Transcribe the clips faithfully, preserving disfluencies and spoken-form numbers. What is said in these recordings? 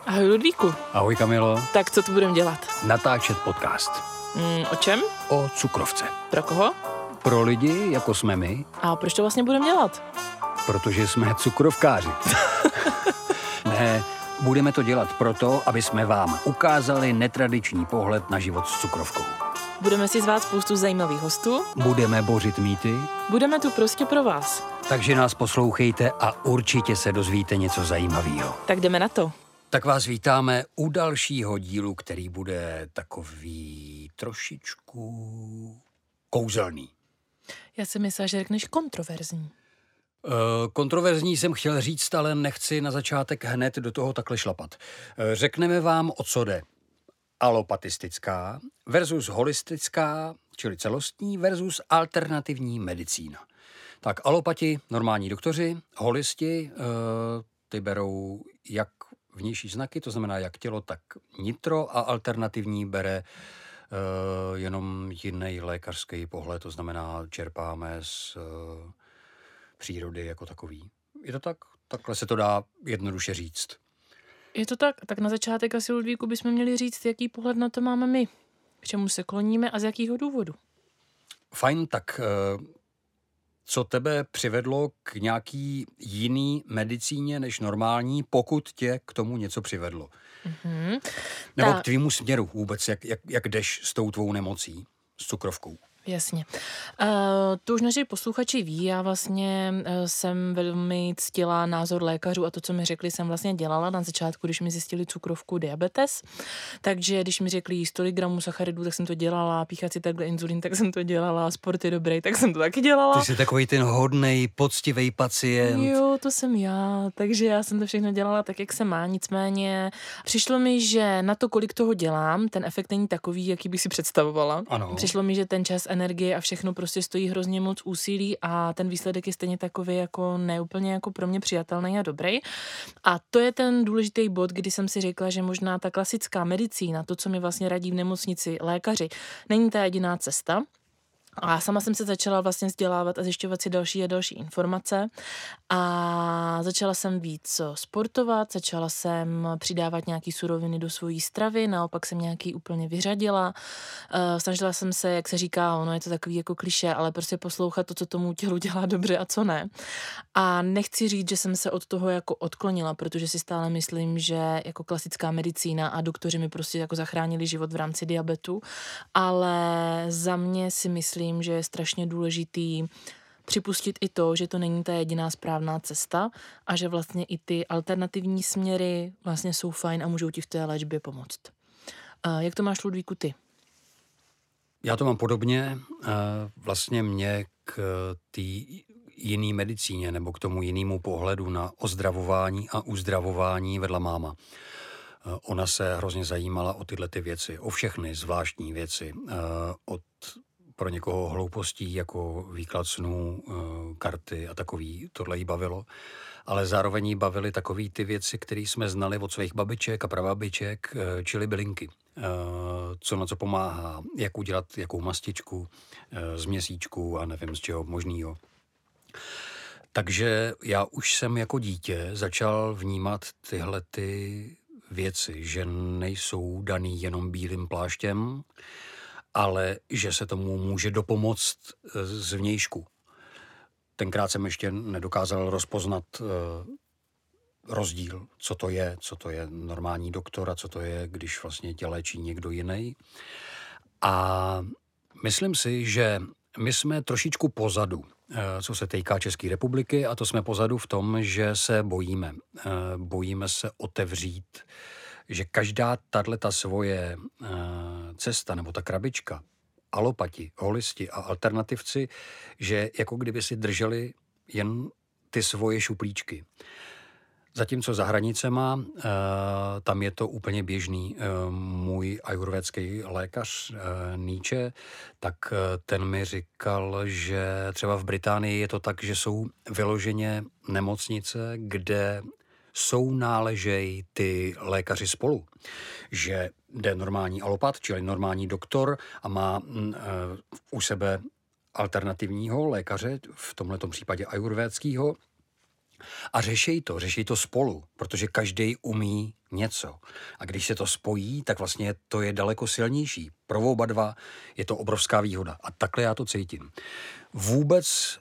Ahoj Ludvíku. Ahoj Kamilo. Tak co tu budeme dělat? Natáčet podcast. Mm, o čem? O cukrovce. Pro koho? Pro lidi, jako jsme my. A proč to vlastně budeme dělat? Protože jsme cukrovkáři. Ne, budeme to dělat proto, aby jsme vám ukázali netradiční pohled na život s cukrovkou. Budeme si zvát spoustu zajímavých hostů. Budeme bořit mýty. Budeme tu prostě pro vás. Takže nás poslouchejte a určitě se dozvíte něco zajímavého. Tak jdeme na to. Tak vás vítáme u dalšího dílu, který bude takový trošičku kouzelný. Já si myslela, že řekneš kontroverzní. Uh, kontroverzní jsem chtěl říct, ale nechci na začátek hned do toho takhle šlapat. Uh, řekneme vám, o co jde. Alopatistická versus holistická, čili celostní, versus alternativní medicína. Tak alopati, normální doktoři, holisti, uh, ty berou jak vnější znaky, to znamená jak tělo, tak nitro, a alternativní bere uh, jenom jiný lékařský pohled, to znamená čerpáme z uh, přírody jako takový. Je to tak? Takhle se to dá jednoduše říct. Je to tak? Tak na začátek asi, Ludvíku, bychom měli říct, jaký pohled na to máme my. K čemu se kloníme a z jakého důvodu. Fajn, tak uh, co tebe přivedlo k nějaký jiný medicíně než normální, pokud tě k tomu něco přivedlo? Mm-hmm. Nebo Ta... k tvýmu směru vůbec, jak, jak, jak jdeš s tou tvou nemocí, s cukrovkou? Jasně. Uh, to už naši posluchači ví, já vlastně uh, jsem velmi ctila názor lékařů a to, co mi řekli, jsem vlastně dělala na začátku, když mi zjistili cukrovku, diabetes. Takže když mi řekli jíst tolik gramů sacharidů, tak jsem to dělala, píchat si takhle inzulín, tak jsem to dělala, sport je dobrý, tak jsem to taky dělala. Ty jsi takový ten hodnej, poctivý pacient. Jo, to jsem já, takže já jsem to všechno dělala tak, jak se má, nicméně přišlo mi, že na to, kolik toho dělám, ten efekt není takový, jaký bych si představovala. Ano. Přišlo mi, že ten čas, energie a všechno prostě stojí hrozně moc úsilí a ten výsledek je stejně takový jako neúplně jako pro mě přijatelný a dobrý. A to je ten důležitý bod, kdy jsem si řekla, že možná ta klasická medicína, to, co mi vlastně radí v nemocnici lékaři, není ta jediná cesta. A sama jsem se začala vlastně vzdělávat a zjišťovat si další a další informace a začala jsem víc sportovat, začala jsem přidávat nějaký suroviny do svojí stravy, naopak jsem nějaký úplně vyřadila. Snažila jsem se, jak se říká, ono je to takový jako klišé, ale prostě poslouchat to, co tomu tělu dělá dobře a co ne. A nechci říct, že jsem se od toho jako odklonila, protože si stále myslím, že jako klasická medicína a doktoři mi prostě jako zachránili život v rámci diabetu, ale za mě si myslím, že je strašně důležitý připustit i to, že to není ta jediná správná cesta a že vlastně i ty alternativní směry vlastně jsou fajn a můžou ti v té léčbě pomoct. Jak to máš, Ludvíku, ty? Já to mám podobně. Vlastně mě k té jiný medicíně nebo k tomu jinému pohledu na ozdravování a uzdravování vedla máma. Ona se hrozně zajímala o tyhle ty věci, o všechny zvláštní věci, od pro někoho hloupostí jako výklad snů, karty a takový, tohle jí bavilo. Ale zároveň jí bavily takový ty věci, které jsme znali od svých babiček a prababiček, čili bylinky. Co na co pomáhá, jak udělat jakou mastičku z měsíčku a nevím z čeho možnýho. Takže já už jsem jako dítě začal vnímat tyhle ty věci, že nejsou daný jenom bílým pláštěm, ale že se tomu může dopomoct z vnějšku. Tenkrát jsem ještě nedokázal rozpoznat uh, rozdíl, co to je, co to je normální doktor a co to je, když vlastně tě léčí někdo jiný. A myslím si, že my jsme trošičku pozadu, uh, co se týká České republiky, a to jsme pozadu v tom, že se bojíme. Uh, bojíme se otevřít, že každá tato svoje uh, cesta nebo ta krabička, alopati, holisti a alternativci, že jako kdyby si drželi jen ty svoje šuplíčky. Zatímco za hranicema, uh, tam je to úplně běžný. Uh, můj ajurvédský lékař uh, Níče, tak uh, ten mi říkal, že třeba v Británii je to tak, že jsou vyloženě nemocnice, kde jsou náležej ty lékaři spolu. Že jde normální alopat, čili normální doktor a má uh, u sebe alternativního lékaře, v tomhletom případě ajurvédského, A řešej to, řešej to spolu, protože každý umí něco. A když se to spojí, tak vlastně to je daleko silnější. Pro oba dva je to obrovská výhoda. A takhle já to cítím. Vůbec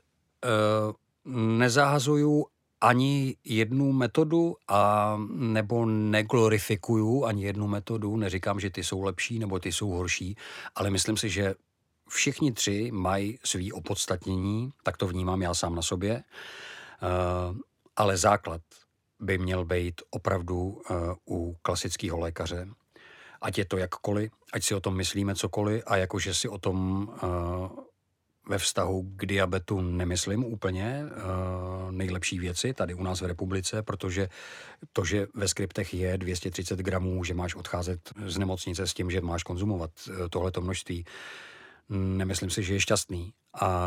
uh, nezahazuju ani jednu metodu a nebo neglorifikuju ani jednu metodu. Neříkám, že ty jsou lepší nebo ty jsou horší, ale myslím si, že všichni tři mají svý opodstatnění, tak to vnímám já sám na sobě. Uh, ale základ by měl být opravdu uh, u klasického lékaře. Ať je to jakkoliv, ať si o tom myslíme cokoliv a jakože si o tom uh, ve vztahu k diabetu nemyslím úplně uh, nejlepší věci tady u nás v republice, protože to, že ve skriptech je dvě stě třicet gramů, že máš odcházet z nemocnice s tím, že máš konzumovat uh, tohleto množství, nemyslím si, že je šťastný a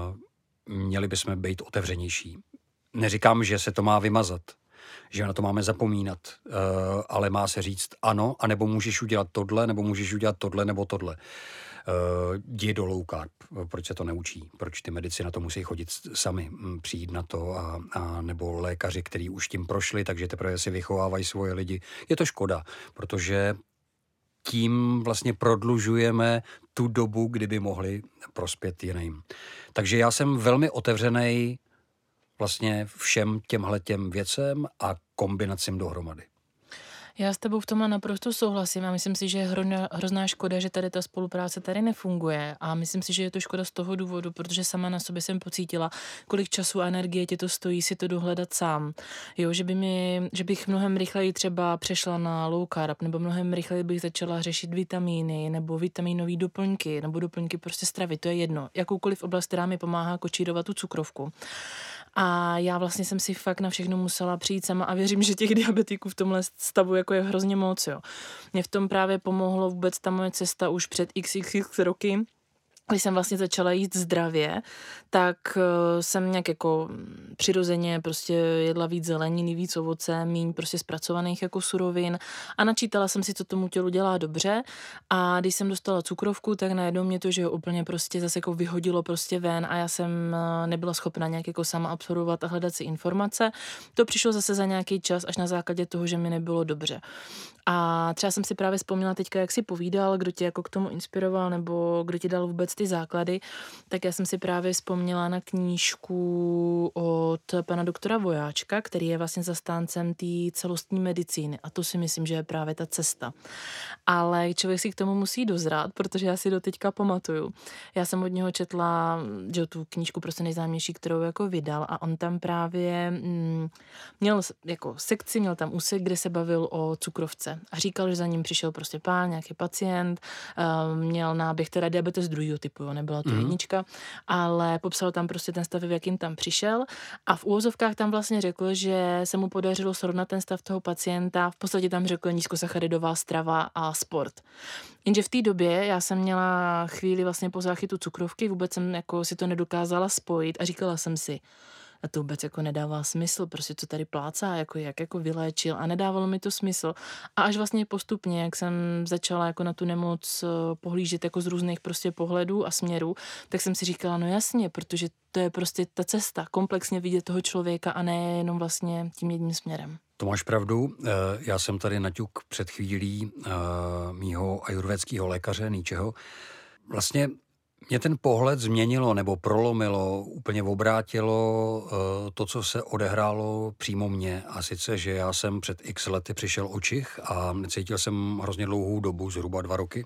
měli bychom být otevřenější. Neříkám, že se to má vymazat, že na to máme zapomínat, uh, ale má se říct ano, anebo můžeš udělat tohle, nebo můžeš udělat tohle, nebo tohle. Uh, jdi do low carb, proč se to neučí, proč ty medici na to musí chodit sami, přijít na to, a, a nebo lékaři, kteří už tím prošli, takže teprve si vychovávají svoje lidi. Je to škoda, protože tím vlastně prodlužujeme tu dobu, kdyby mohli prospět jiným. Takže já jsem velmi otevřenej vlastně všem těmhletěm věcem a kombinacím dohromady. Já s tebou v tomhle naprosto souhlasím a myslím si, že je hrozná, hrozná škoda, že tady ta spolupráce tady nefunguje a myslím si, že je to škoda z toho důvodu, protože sama na sobě jsem pocítila, kolik času a energie tě to stojí si to dohledat sám. Jo, že, by mi, že bych mnohem rychleji třeba přešla na low carb nebo mnohem rychleji bych začala řešit vitamíny nebo vitaminové doplňky nebo doplňky prostě stravy, to je jedno. Jakoukoliv oblast, která mi pomáhá kočírovat tu cukrovku. A já vlastně jsem si fakt na všechno musela přijít sama a věřím, že těch diabetiků v tomhle stavu jako je hrozně moc, jo. Mě v tom právě pomohlo vůbec ta moje cesta už před x x roky, když jsem vlastně začala jít zdravě, tak uh, jsem nějak jako přirozeně prostě jedla víc zeleniny, víc ovoce, míň prostě zpracovaných jako surovin a načítala jsem si, co tomu tělu dělá dobře a když jsem dostala cukrovku, tak najednou mě to, že ho úplně prostě zase jako vyhodilo prostě ven a já jsem uh, nebyla schopna nějak jako sama absorbovat a hledat si informace. To přišlo zase za nějaký čas až na základě toho, že mi nebylo dobře. A třeba jsem si právě vzpomněla teďka, jak si povídal, kdo tě jako k tomu inspiroval nebo kdo ti dal vůbec ty základy, tak já jsem si právě vzpomněla na knížku od pana doktora Vojáčka, který je vlastně zastáncem té celostní medicíny a to si myslím, že je právě ta cesta. Ale člověk si k tomu musí dozrát, protože já si do teďka pamatuju. Já jsem od něho četla, že tu knížku prostě nejznámější, kterou jako vydal a on tam právě mm, měl jako sekci, měl tam úsek, kde se bavil o cukrovce. A říkal, že za ním přišel prostě pán, nějaký pacient, uh, měl náběh teda diabetes druhého typu, jo, nebyla to mm. jednička, ale popsal tam prostě ten stav, v jakým tam přišel a v úvozovkách tam vlastně řekl, že se mu podařilo srovnat ten stav toho pacienta, v podstatě tam řekl nízkosacharidová strava a sport. Jenže v té době já jsem měla chvíli vlastně po záchytu cukrovky, vůbec jsem jako si to nedokázala spojit a říkala jsem si, a to vůbec jako nedává smysl, prostě co tady plácá, jako jak jako vyléčil a nedávalo mi to smysl. A až vlastně postupně, jak jsem začala jako na tu nemoc pohlížet jako z různých prostě pohledů a směrů, tak jsem si říkala, no jasně, protože to je prostě ta cesta, komplexně vidět toho člověka a ne jenom vlastně tím jedním směrem. To máš pravdu. Já jsem tady naťuk před chvílí mýho ajurvédského lékaře Níčeho. Vlastně mě ten pohled změnilo nebo prolomilo, úplně obrátilo to, co se odehrálo přímo mně. A sice, že já jsem před x lety přišel o čich a necítil jsem hrozně dlouhou dobu, zhruba dva roky.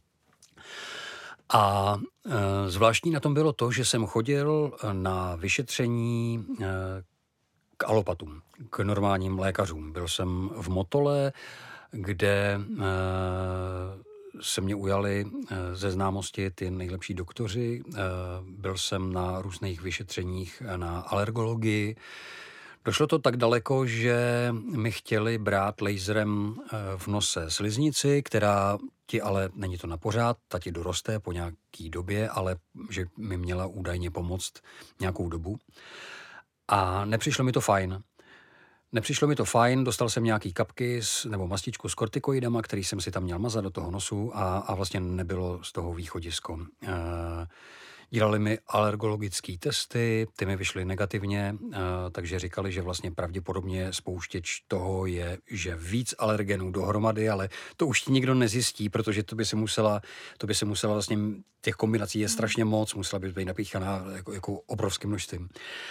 A e, zvláštní na tom bylo to, že jsem chodil na vyšetření e, k alopatům, k normálním lékařům. Byl jsem v Motole, kde e, se mě ujali ze známosti ty nejlepší doktoři. Byl jsem na různých vyšetřeních na alergologii. Došlo to tak daleko, že mi chtěli brát laserem v nose sliznici, která ti ale, není to na pořád, ta ti doroste po nějaký době, ale že mi měla údajně pomoct nějakou dobu. A nepřišlo mi to fajn. Nepřišlo mi to fajn, dostal jsem nějaký kapky s, nebo mastičku s kortikoidama, který jsem si tam měl mazat do toho nosu a, a vlastně nebylo z toho východisko. E, Dělali mi alergologické testy, ty mi vyšly negativně, takže říkali, že vlastně pravděpodobně spouštěč toho je, že víc alergenů dohromady, ale to už ti nikdo nezjistí, protože to by se musela, to by se musela vlastně, těch kombinací je strašně moc, musela by být napíchaná jako, jako obrovským množstvím.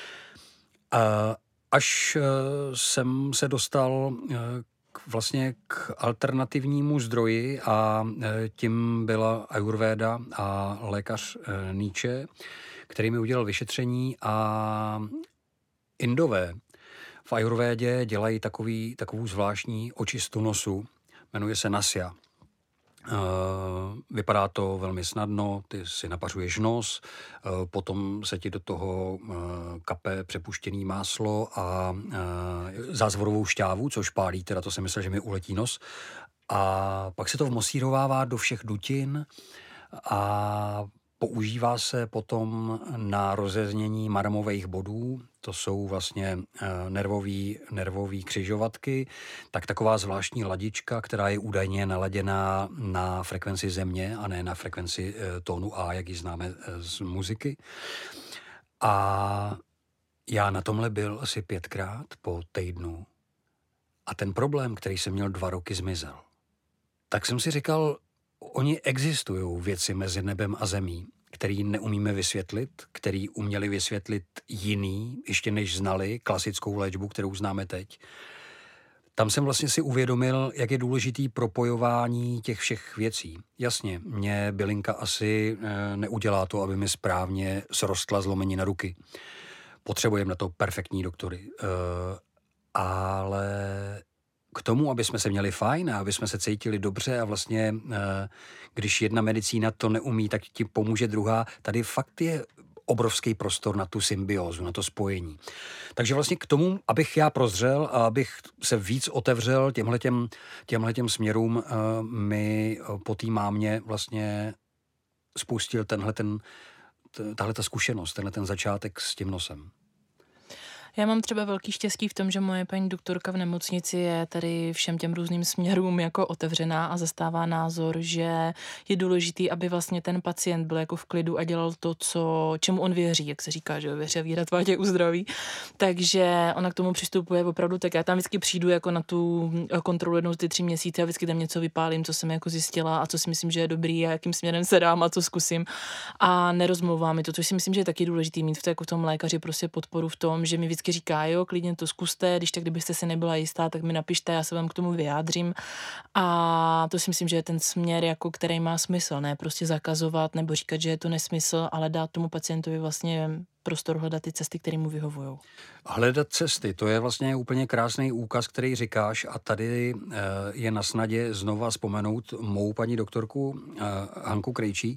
Až jsem se dostal vlastně k alternativnímu zdroji a tím byla Ayurvéda a lékař Nietzsche, který mi udělal vyšetření a Indové v Ayurvédě dělají takový, takovou zvláštní očistu nosu, jmenuje se nasya. Vypadá to velmi snadno, ty si napařuješ nos, potom se ti do toho kape přepuštěný máslo a zázvorovou šťávu, což pálí, teda to si myslel, že mi uletí nos. A pak se to vmosírovává do všech dutin a používá se potom na rozeznění marmových bodů, to jsou vlastně nervový, nervový křižovatky, tak taková zvláštní ladička, která je údajně naladěná na frekvenci země a ne na frekvenci tónu A, jak ji známe z muziky. A já na tomhle byl asi pětkrát po týdnu a ten problém, který jsem měl dva roky, zmizel. Tak jsem si říkal, oni existují věci mezi nebem a zemí, který neumíme vysvětlit, který uměli vysvětlit jiný, ještě než znali klasickou léčbu, kterou známe teď. Tam jsem vlastně si uvědomil, jak je důležitý propojování těch všech věcí. Jasně, mě bylinka asi neudělá to, aby mi správně srostla zlomenina ruky. Potřebujeme na to perfektní doktory. Ale k tomu, aby jsme se měli fajn a aby jsme se cítili dobře a vlastně, když jedna medicína to neumí, tak ti pomůže druhá. Tady fakt je obrovský prostor na tu symbiózu, na to spojení. Takže vlastně k tomu, abych já prozřel a abych se víc otevřel těmhletěm, těmhletěm směrům, mi po té mámě vlastně spustil tenhle ten, tahle ta zkušenost, tenhle ten začátek s tím nosem. Já mám třeba velký štěstí v tom, že moje paní doktorka v nemocnici je tady všem těm různým směrům jako otevřená a zastává názor, že je důležitý, aby vlastně ten pacient byl jako v klidu a dělal to, co, čemu on věří, jak se říká, že věře víra tvá tě uzdraví. Takže ona k tomu přistupuje opravdu tak. Já tam vždycky přijdu jako na tu kontrolu jednou z ty tři měsíce a vždycky tam něco vypálím, co jsem jako zjistila a co si myslím, že je dobrý a jakým směrem se dám a co zkusím. A nerozmlouvá mi to, což si myslím, že je taky důležitý mít v, to, jako v tom lékaři prostě podporu v tom, že mi vždycky říká, jo, klidně to zkuste, když tak, kdybyste si nebyla jistá, tak mi napište, já se vám k tomu vyjádřím. A to si myslím, že je ten směr, jako který má smysl, ne prostě zakazovat nebo říkat, že je to nesmysl, ale dát tomu pacientovi vlastně prostor hledat ty cesty, které mu vyhovují. Hledat cesty, to je vlastně úplně krásný úkaz, který říkáš a tady je na snadě znova vzpomenout mou paní doktorku Hanku Krejčí,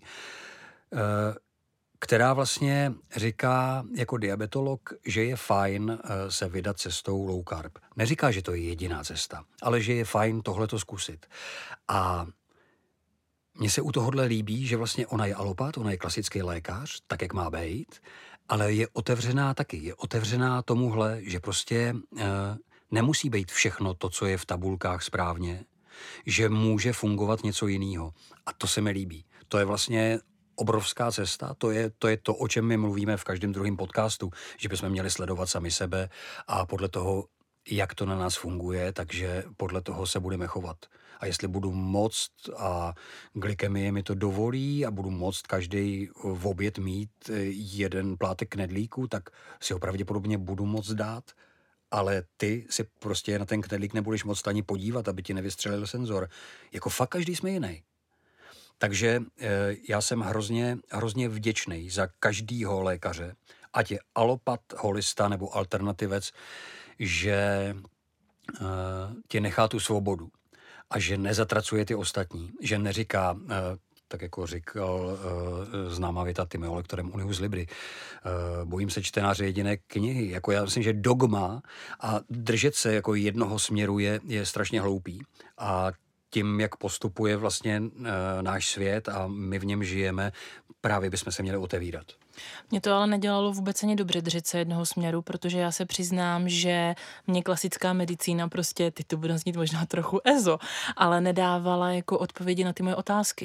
která vlastně říká jako diabetolog, že je fajn se vydat cestou low carb. Neříká, že to je jediná cesta, ale že je fajn tohleto zkusit. A mně se u tohohle líbí, že vlastně ona je alopat, ona je klasický lékař, tak jak má být, ale je otevřená taky. Je otevřená tomuhle, že prostě e, nemusí být všechno to, co je v tabulkách správně, že může fungovat něco jiného. A to se mi líbí. To je vlastně obrovská cesta, to je, to je to, o čem my mluvíme v každém druhém podcastu, že bychom měli sledovat sami sebe a podle toho, jak to na nás funguje, takže podle toho se budeme chovat. A jestli budu moct a glykemie mi to dovolí a budu moct každý v oběd mít jeden plátek knedlíku, tak si ho pravděpodobně budu moct dát, ale ty si prostě na ten knedlík nebudeš moct ani podívat, aby ti nevystřelil senzor. Jako fakt každý jsme jiný. Takže e, já jsem hrozně, hrozně vděčný za každýho lékaře, ať je alopat, holista nebo alternativec, že e, tě nechá tu svobodu a že nezatracuje ty ostatní, že neříká, e, tak jako říkal e, známá věta Timeo lektorem Unius Libri, e, bojím se čtenáře jediné knihy. Jako já myslím, že dogma a držet se jako jednoho směru je, je strašně hloupý a tím, jak postupuje vlastně e, náš svět a my v něm žijeme, právě bychom se měli otevírat. Mě to ale nedělalo vůbec ani dobře držet se jednoho směru, protože já se přiznám, že mě klasická medicína prostě, teď to bude znít možná trochu ezo, ale nedávala jako odpovědi na ty moje otázky.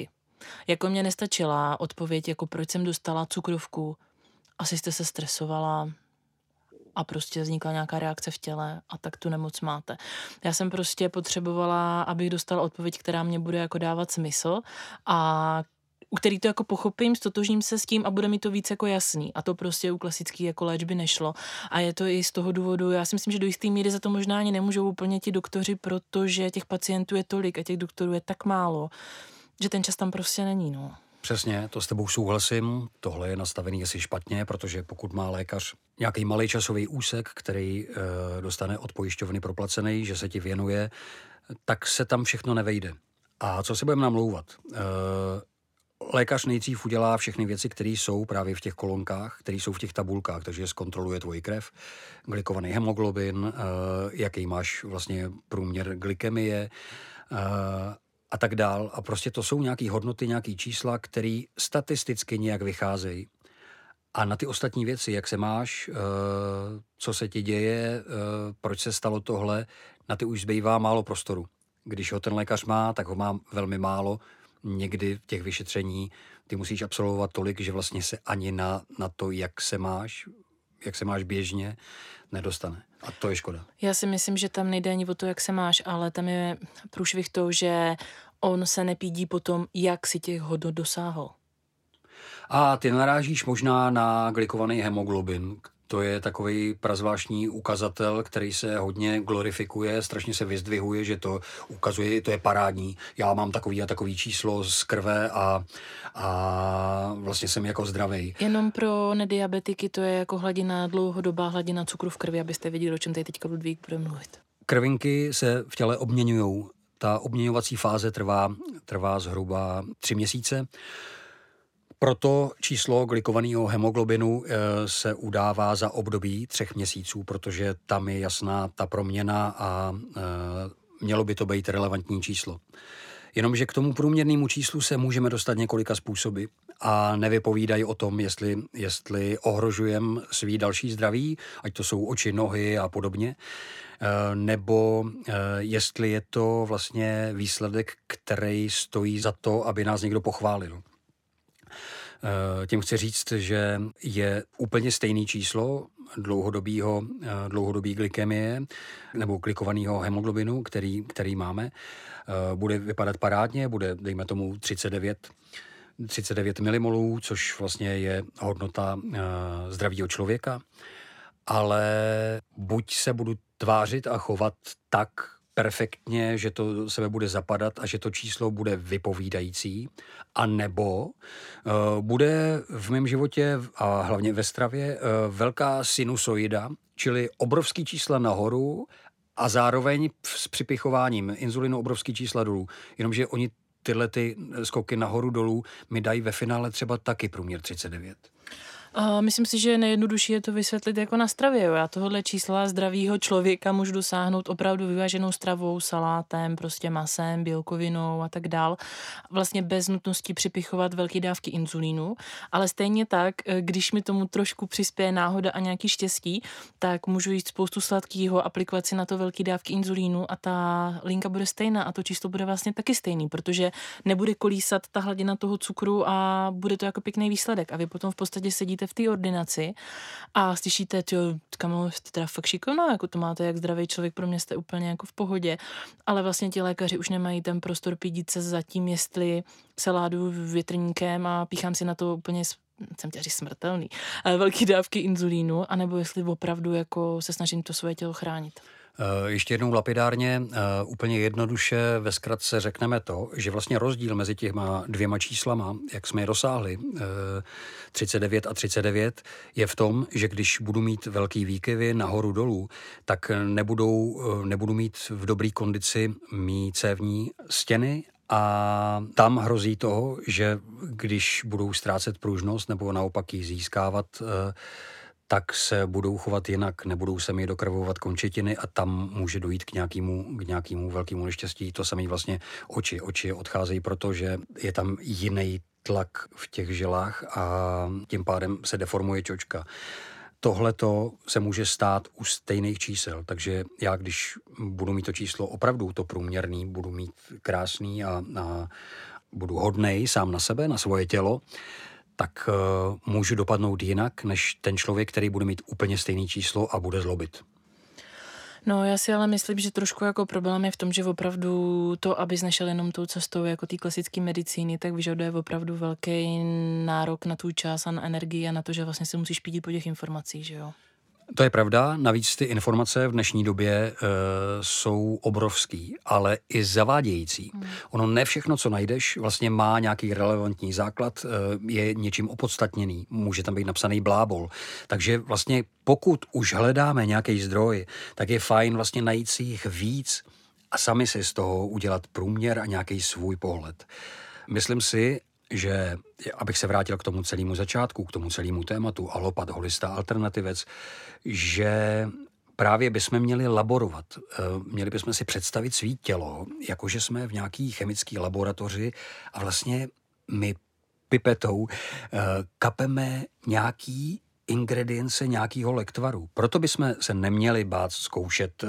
Jako mě nestačila odpověď, jako proč jsem dostala cukrovku, asi jste se stresovala a prostě vznikla nějaká reakce v těle a tak tu nemoc máte. Já jsem prostě potřebovala, abych dostala odpověď, která mě bude jako dávat smysl a u který to jako pochopím, stotožním se s tím a bude mi to víc jako jasný. A to prostě u klasický jako léčby nešlo. A je to i z toho důvodu, já si myslím, že do jistý míry za to možná ani nemůžou úplně ti doktoři, protože těch pacientů je tolik a těch doktorů je tak málo, že ten čas tam prostě není, no. Přesně, to s tebou souhlasím. Tohle je nastavený asi špatně, protože pokud má lékař nějaký malý časový úsek, který e, dostane od pojišťovny proplacený, že se ti věnuje, tak se tam všechno nevejde. A co se budeme namlouvat? E, lékař nejdřív udělá všechny věci, které jsou právě v těch kolonkách, které jsou v těch tabulkách, takže zkontroluje tvoji krev, glikovaný hemoglobin, e, jaký máš vlastně průměr glykemie, e, a tak dál. A prostě to jsou nějaké hodnoty, nějaké čísla, které statisticky nějak vycházejí. A na ty ostatní věci, jak se máš, co se ti děje, proč se stalo tohle, na ty už zbývá málo prostoru. Když ho ten lékař má, tak ho má velmi málo. Někdy těch vyšetření ty musíš absolvovat tolik, že vlastně se ani na, na to, jak se máš, jak se máš běžně, nedostane. A to je škoda. Já si myslím, že tam nejde ani o to, jak se máš, ale tam je průšvih to, že on se nepídí po tom, jak si těch hodnot dosáhl. A ty narážíš možná na glikovaný hemoglobin. To je takový prazvláštní ukazatel, který se hodně glorifikuje, strašně se vyzdvihuje, že to ukazuje, to je parádní. Já mám takový a takový číslo z krve a, a vlastně jsem jako zdravej. Jenom pro nediabetiky to je jako hladina, dlouhodobá hladina cukru v krvi, abyste věděli, o čem tady teďka Ludvík bude mluvit. Krvinky se v těle obměňujou. Ta obměňovací fáze trvá, trvá zhruba tři měsíce. Proto číslo glikovaného hemoglobinu se udává za období třech měsíců, protože tam je jasná ta proměna a mělo by to být relevantní číslo. Jenomže k tomu průměrnému číslu se můžeme dostat několika způsoby a nevypovídají o tom, jestli, jestli ohrožujeme svý další zdraví, ať to jsou oči, nohy a podobně, nebo jestli je to vlastně výsledek, který stojí za to, aby nás někdo pochválil. Tím chci říct, že je úplně stejné číslo dlouhodobýho, dlouhodobý glykemie nebo glikovaného hemoglobinu, který, který máme. Bude vypadat parádně, bude, dejme tomu, třicet devět, třicet devět milimolů, což vlastně je hodnota zdravého člověka. Ale buď se budu tvářit a chovat tak perfektně, že to do sebe bude zapadat a že to číslo bude vypovídající, a nebo uh, bude v mém životě a hlavně ve stravě uh, velká sinusoida, čili obrovský čísla nahoru a zároveň s připichováním inzulinu obrovský čísla dolů. Jenomže oni tyhle ty skoky nahoru dolů mi dají ve finále třeba taky průměr třicet devět. Uh, myslím si, že nejjednodušší je to vysvětlit jako na stravě. Jo. Já tohohle čísla zdravýho člověka můžu dosáhnout opravdu vyváženou stravou, salátem, prostě masem, bílkovinou a tak dál. Vlastně bez nutnosti připichovat velké dávky inzulínu, ale stejně tak, když mi tomu trošku přispěje náhoda a nějaký štěstí, tak můžu jíst spoustu sladkého, aplikovat si na to velké dávky inzulínu a ta linka bude stejná a to číslo bude vlastně taky stejný, protože nebude kolísat ta hladina toho cukru a bude to jako pěkný výsledek. A vy potom v podstatě sedíte v té ordinaci a slyšíte, tyjo, kamo, jste teda fakt šikovná, jako to máte jak zdravý člověk, pro mě jste úplně jako v pohodě, ale vlastně ti lékaři už nemají ten prostor pídit se za tím, jestli se ládu větrníkem a píchám si na to úplně, jsem tě říct smrtelný, velký dávky inzulínu, anebo jestli opravdu jako se snažím to svoje tělo chránit. Ještě jednou lapidárně, úplně jednoduše ve zkratce řekneme to, že vlastně rozdíl mezi těma dvěma číslama, jak jsme je dosáhli, třicet devět a třicet devět, je v tom, že když budu mít velký výkyvy nahoru dolů, tak nebudou, nebudu mít v dobré kondici mý cévní stěny a tam hrozí toho, že když budou ztrácet pružnost nebo naopak ji získávat, tak se budou chovat jinak, nebudou se mi dokrvovat končetiny a tam může dojít k nějakému, k nějakému velkému neštěstí. To samé vlastně oči. Oči odcházejí, protože je tam jiný tlak v těch žilách a tím pádem se deformuje čočka. Tohleto se může stát u stejných čísel, takže já, když budu mít to číslo opravdu to průměrný, budu mít krásný a, a budu hodnej sám na sebe, na svoje tělo, tak uh, můžu dopadnout jinak, než ten člověk, který bude mít úplně stejné číslo a bude zlobit. No, já si ale myslím, že trošku jako problém je v tom, že opravdu to, abys nešel jenom tou cestou jako té klasické medicíny, tak vyžaduje opravdu velký nárok na tvůj čas a na energii a na to, že vlastně se musíš pídit po těch informacích, že jo? To je pravda, navíc ty informace v dnešní době e, jsou obrovský, ale i zavádějící. Hmm. Ono ne všechno, co najdeš, vlastně má nějaký relevantní základ, e, je něčím opodstatněný, může tam být napsaný blábol. Takže vlastně pokud už hledáme nějaký zdroj, tak je fajn vlastně najít si jich víc a sami si z toho udělat průměr a nějaký svůj pohled. Myslím si, že, abych se vrátil k tomu celému začátku, k tomu celému tématu, alopat, holista, alternativec, že právě bychom měli laborovat. Měli bychom si představit svý tělo, jakože jsme v nějaký chemické laboratoři a vlastně my pipetou kapeme nějaký ingredience nějakého lektvaru. Proto bychom se neměli bát zkoušet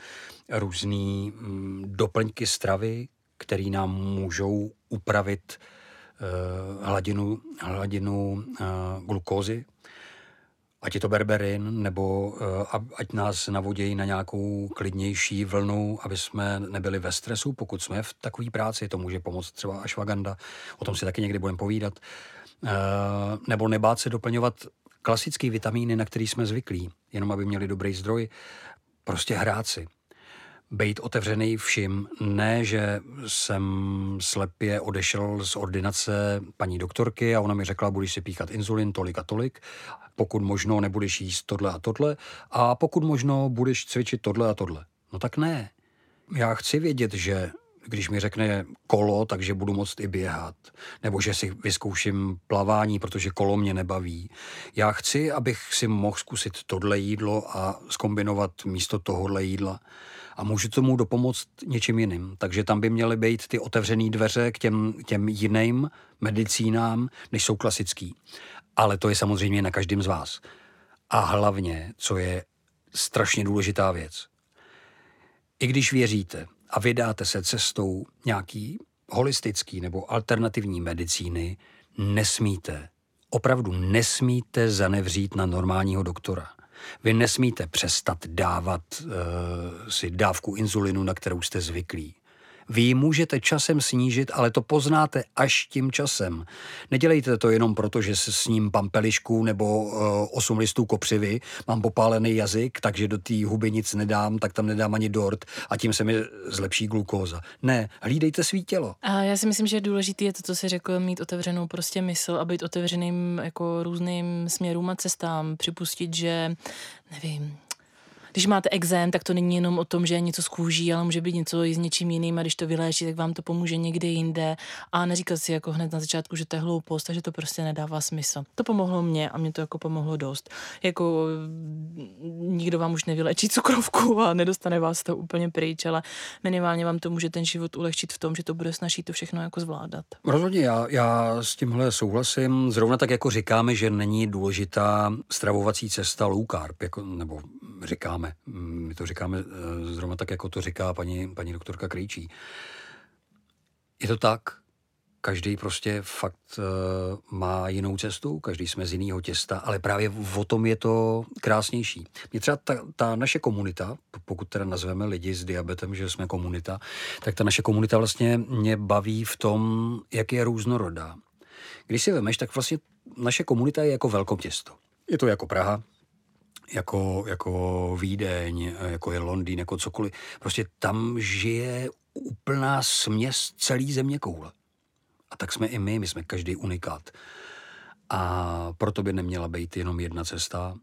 různý doplňky stravy, které nám můžou upravit hladinu, hladinu uh, glukózy, ať je to berberin, nebo uh, ať nás navodějí na nějakou klidnější vlnu, aby jsme nebyli ve stresu, pokud jsme v takové práci, to může pomoct třeba ashwagandha, o tom si taky někdy budeme povídat, uh, nebo nebát se doplňovat klasické vitamíny, na který jsme zvyklí, jenom aby měli dobrý zdroj, prostě hrát si. Bejt otevřený všim, ne, že jsem slepě odešel z ordinace paní doktorky a ona mi řekla, budeš si píchat inzulin tolik a tolik, pokud možno nebudeš jíst tohle a tohle a pokud možno budeš cvičit tohle a tohle. No tak ne. Já chci vědět, že když mi řekne kolo, takže budu moct i běhat. Nebo že si vyzkouším plavání, protože kolo mě nebaví. Já chci, abych si mohl zkusit tohle jídlo a zkombinovat místo tohohle jídla. A můžu tomu dopomoct něčím jiným. Takže tam by měly být ty otevřené dveře k těm, těm jiným medicínám, než jsou klasický. Ale to je samozřejmě na každém z vás. A hlavně, co je strašně důležitá věc. I když věříte a vydáte se cestou nějaký holistický nebo alternativní medicíny, nesmíte, opravdu nesmíte zanevřít na normálního doktora. Vy nesmíte přestat dávat uh, si dávku inzulinu, na kterou jste zvyklí. Vy ji můžete časem snížit, ale to poznáte až tím časem. Nedělejte to jenom proto, že se s ním pampelišku nebo uh, osm listů kopřivy, mám popálený jazyk, takže do té huby nic nedám, tak tam nedám ani dort a tím se mi zlepší glukóza. Ne, hlídejte svý tělo. A já si myslím, že důležité je to, co jsi řekl, mít otevřenou prostě mysl a být otevřeným jako různým směrům a cestám. Připustit, že, nevím, když máte exém, tak to není jenom o tom, že je něco z kůží, ale může být něco i s něčím jiným a když to vyléčí, tak vám to pomůže někde jinde a neříkat si jako hned na začátku, že to je hloupost, takže to prostě nedává smysl. To pomohlo mně a mě to jako pomohlo dost. Jako nikdo vám už nevyléčí cukrovku a nedostane vás to úplně pryč, ale minimálně vám to může ten život ulehčit v tom, že to bude snažit to všechno jako zvládat. Rozhodně, já, já s tímhle souhlasím. Zrovna tak jako říkáme, že není důležitá stravovací cesta low carb, jako, nebo říkáme, my to říkáme zrovna tak, jako to říká paní, paní doktorka Krejčí. Je to tak, každý prostě fakt uh, má jinou cestu, každý jsme z jiného těsta, ale právě o tom je to krásnější. Mě třeba ta, ta naše komunita, pokud teda nazveme lidi s diabetem, že jsme komunita, tak ta naše komunita vlastně mě baví v tom, jak je různorodá. Když si vemeš, tak vlastně naše komunita je jako velkoměsto. Je to jako Praha, jako, jako Vídeň, jako je Londýn, jako cokoliv. Prostě tam žije úplná směs celý zeměkoule. A tak jsme i my, my jsme každý unikát. A proto by neměla být jenom jedna cesta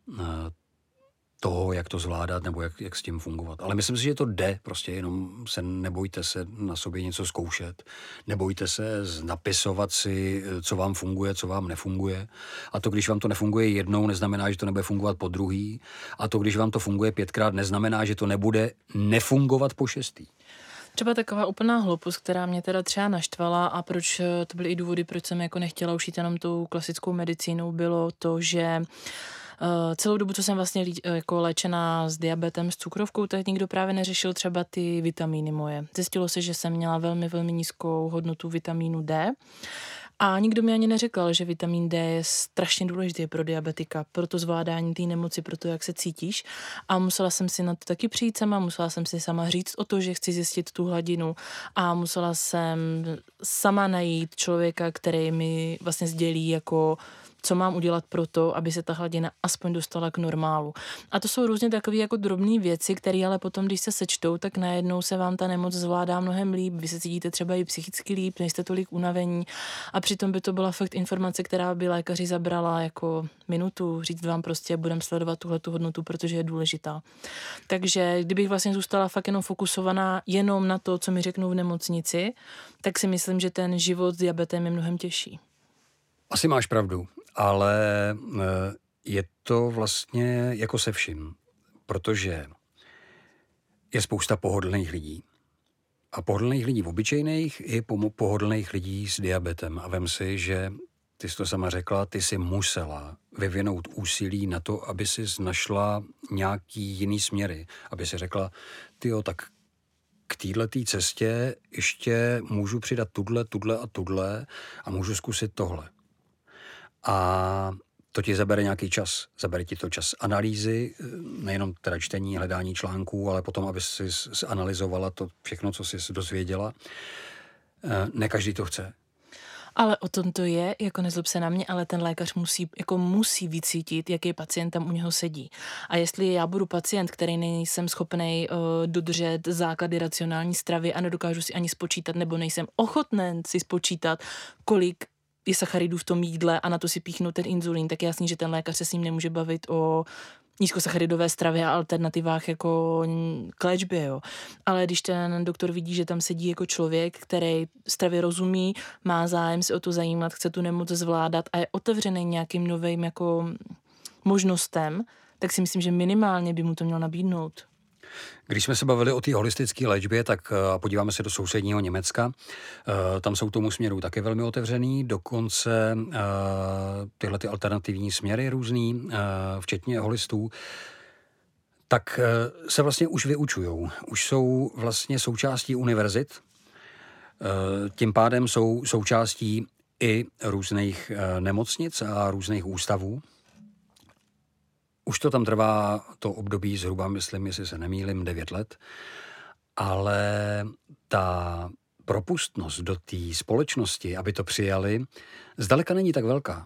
toho, jak to zvládat nebo jak, jak s tím fungovat. Ale myslím si, že to jde, prostě jenom se nebojte se na sobě něco zkoušet, nebojte se napisovat si, co vám funguje, co vám nefunguje. A to, když vám to nefunguje jednou, neznamená, že to nebude fungovat po druhý. A to, když vám to funguje pětkrát, neznamená, že to nebude nefungovat po šestý. Třeba taková úplná hloupost, která mě teda třeba naštvala a proč to byly i důvody, proč jsem jako nechtěla už jít jenom tou klasickou medicínou, bylo to, že celou dobu, co jsem vlastně lí, jako léčená s diabetem, s cukrovkou, tak nikdo právě neřešil třeba ty vitamíny moje. Zjistilo se, že jsem měla velmi, velmi nízkou hodnotu vitamínu D. A nikdo mi ani neřekl, že vitamin D je strašně důležitý pro diabetika, pro to zvládání té nemoci, pro to, jak se cítíš. A musela jsem si na to taky přijít sama, musela jsem si sama říct o to, že chci zjistit tu hladinu a musela jsem sama najít člověka, který mi vlastně sdělí jako co mám udělat pro to, aby se ta hladina aspoň dostala k normálu. A to jsou různě takové jako drobné věci, které ale potom, když se sečtou, tak najednou se vám ta nemoc zvládá mnohem líp, vy se cítíte třeba i psychicky líp, nejste tolik unavení a přitom by to byla fakt informace, která by lékaři zabrala jako minutu, říct vám prostě, budeme sledovat tuhletu hodnotu, protože je důležitá. Takže kdybych vlastně zůstala fakt jenom fokusovaná jenom na to, co mi řeknou v nemocnici, tak si myslím, že ten život s diabetem je mnohem těžší. Asi máš pravdu, ale je to vlastně jako se vším, protože je spousta pohodlných lidí. A pohodlných lidí obyčejných i pohodlných lidí s diabetem. A vem si, že ty jsi to sama řekla, ty jsi musela vyvinout úsilí na to, aby jsi našla nějaký jiný směry. Aby si řekla, tyjo, tak k této cestě ještě můžu přidat tudle, tudle a tudle a můžu zkusit tohle. A to ti zabere nějaký čas. Zabere ti to čas analýzy, nejenom teda čtení, hledání článků, ale potom, aby si analyzovala to všechno, co jsi dozvěděla. Ne každý to chce. Ale o tom to je, jako nezlob se na mě, ale ten lékař musí, jako musí vycítit, jaký pacient tam u něho sedí. A jestli já budu pacient, který nejsem schopnej uh, dodržet základy racionální stravy a nedokážu si ani spočítat, nebo nejsem ochoten si spočítat, kolik je sacharidů v tom jídle a na to si píchnu ten inzulín, tak je jasný, že ten lékař se s ním nemůže bavit o nízkosacharidové stravě a alternativách jako k léčbě, jo. Ale když ten doktor vidí, že tam sedí jako člověk, který stravě rozumí, má zájem se o to zajímat, chce tu nemoc zvládat a je otevřený nějakým novým jako možnostem, tak si myslím, že minimálně by mu to měl nabídnout. Když jsme se bavili o té holistické léčbě, tak podíváme se do sousedního Německa. Tam jsou tomu směru také velmi otevřený, dokonce tyhle ty alternativní směry různý, včetně holistů, tak se vlastně už vyučujou. Už jsou vlastně součástí univerzit, tím pádem jsou součástí i různých nemocnic a různých ústavů. Už to tam trvá to období zhruba, myslím, jestli se nemýlim, devět let, ale ta propustnost do té společnosti, aby to přijali, zdaleka není tak velká.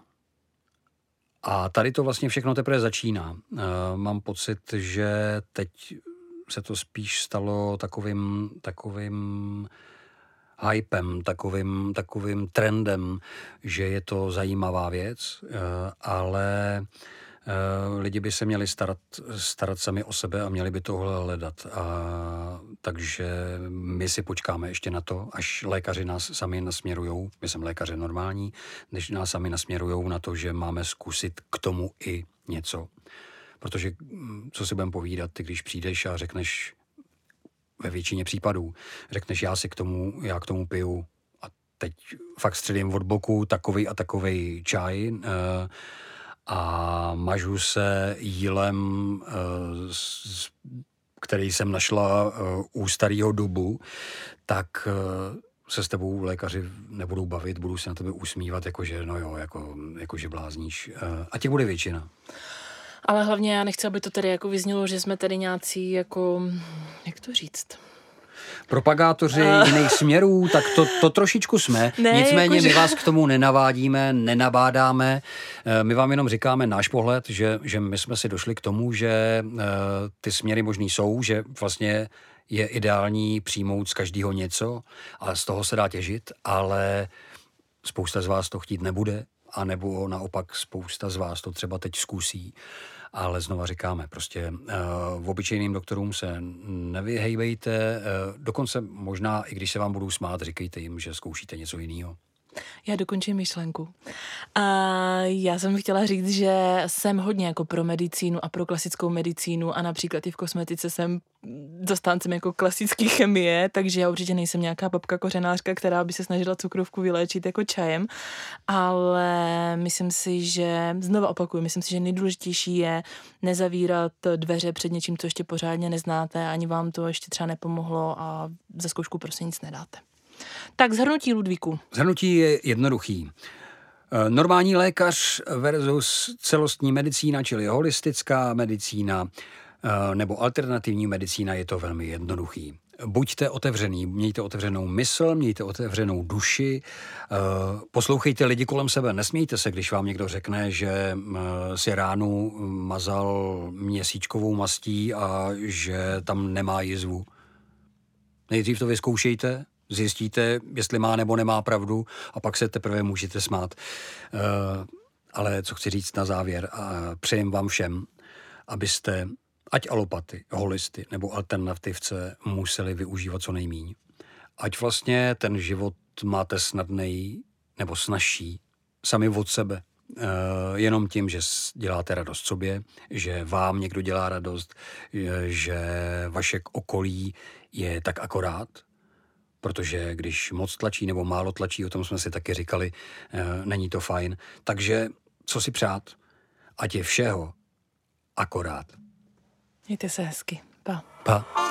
A tady to vlastně všechno teprve začíná. E, mám pocit, že teď se to spíš stalo takovým, takovým hypem, takovým, takovým trendem, že je to zajímavá věc, e, ale lidi by se měli starat, starat sami o sebe a měli by tohle hledat. A, takže my si počkáme ještě na to, až lékaři nás sami nasměrujou, my jsme lékaři normální, než nás sami nasměrujou na to, že máme zkusit k tomu i něco. Protože, co si budeme povídat, ty když přijdeš a řekneš, ve většině případů, řekneš, já si k tomu, já k tomu piju a teď fakt středím od boku takovej a takovej čaj, uh, a mažu se jílem, který jsem našla u starého dubu, tak se s tebou lékaři nebudou bavit, budou se na tebe usmívat, jakože no jo, jako, jakože blázníš. A těch bude většina. Ale hlavně já nechci, aby to tady jako vyznělo, že jsme tady nějací jako, jak to říct... propagátoři uh. jiných směrů, tak to, to trošičku jsme. Ne, Nicméně jako, my že... vás k tomu nenavádíme, nenabádáme. My vám jenom říkáme náš pohled, že, že my jsme si došli k tomu, že uh, ty směry možný jsou, že vlastně je ideální přijmout z každého něco a z toho se dá těžit, ale spousta z vás to chtít nebude, anebo naopak spousta z vás to třeba teď zkusí. Ale znova říkáme, prostě uh, obyčejným doktorům se nevyhejbejte, uh, dokonce možná, i když se vám budou smát, říkejte jim, že zkoušíte něco jiného. Já dokončím myšlenku. A já jsem chtěla říct, že jsem hodně jako pro medicínu a pro klasickou medicínu a například i v kosmetice jsem zastáncem jako klasické chemie, takže já určitě nejsem nějaká babka kořenářka, která by se snažila cukrovku vyléčit jako čajem, ale myslím si, že, znova opakuju, myslím si, že nejdůležitější je nezavírat dveře před něčím, co ještě pořádně neznáte, ani vám to ještě třeba nepomohlo a za zkoušku prostě nic nedáte. Tak shrnutí, Ludvíku. Shrnutí je jednoduchý. Normální lékař versus celostní medicína, čili holistická medicína nebo alternativní medicína, je to velmi jednoduchý. Buďte otevřený, mějte otevřenou mysl, mějte otevřenou duši, poslouchejte lidi kolem sebe, nesmějte se, když vám někdo řekne, že si ránu mazal měsíčkovou mastí a že tam nemá jizvu. Nejdřív to vyzkoušejte, zjistíte, jestli má nebo nemá pravdu a pak se teprve můžete smát. Uh, ale co chci říct na závěr, a přejem vám všem, abyste ať alopaty, holisty nebo alternativce museli využívat co nejmíň. Ať vlastně ten život máte snadnej nebo snazší sami od sebe. Uh, jenom tím, že děláte radost sobě, že vám někdo dělá radost, že vaše okolí je tak akorát, protože když moc tlačí nebo málo tlačí, o tom jsme si taky říkali, e, není to fajn. Takže co si přát? Ať je všeho akorát. Mějte se hezky. Pa. Pa.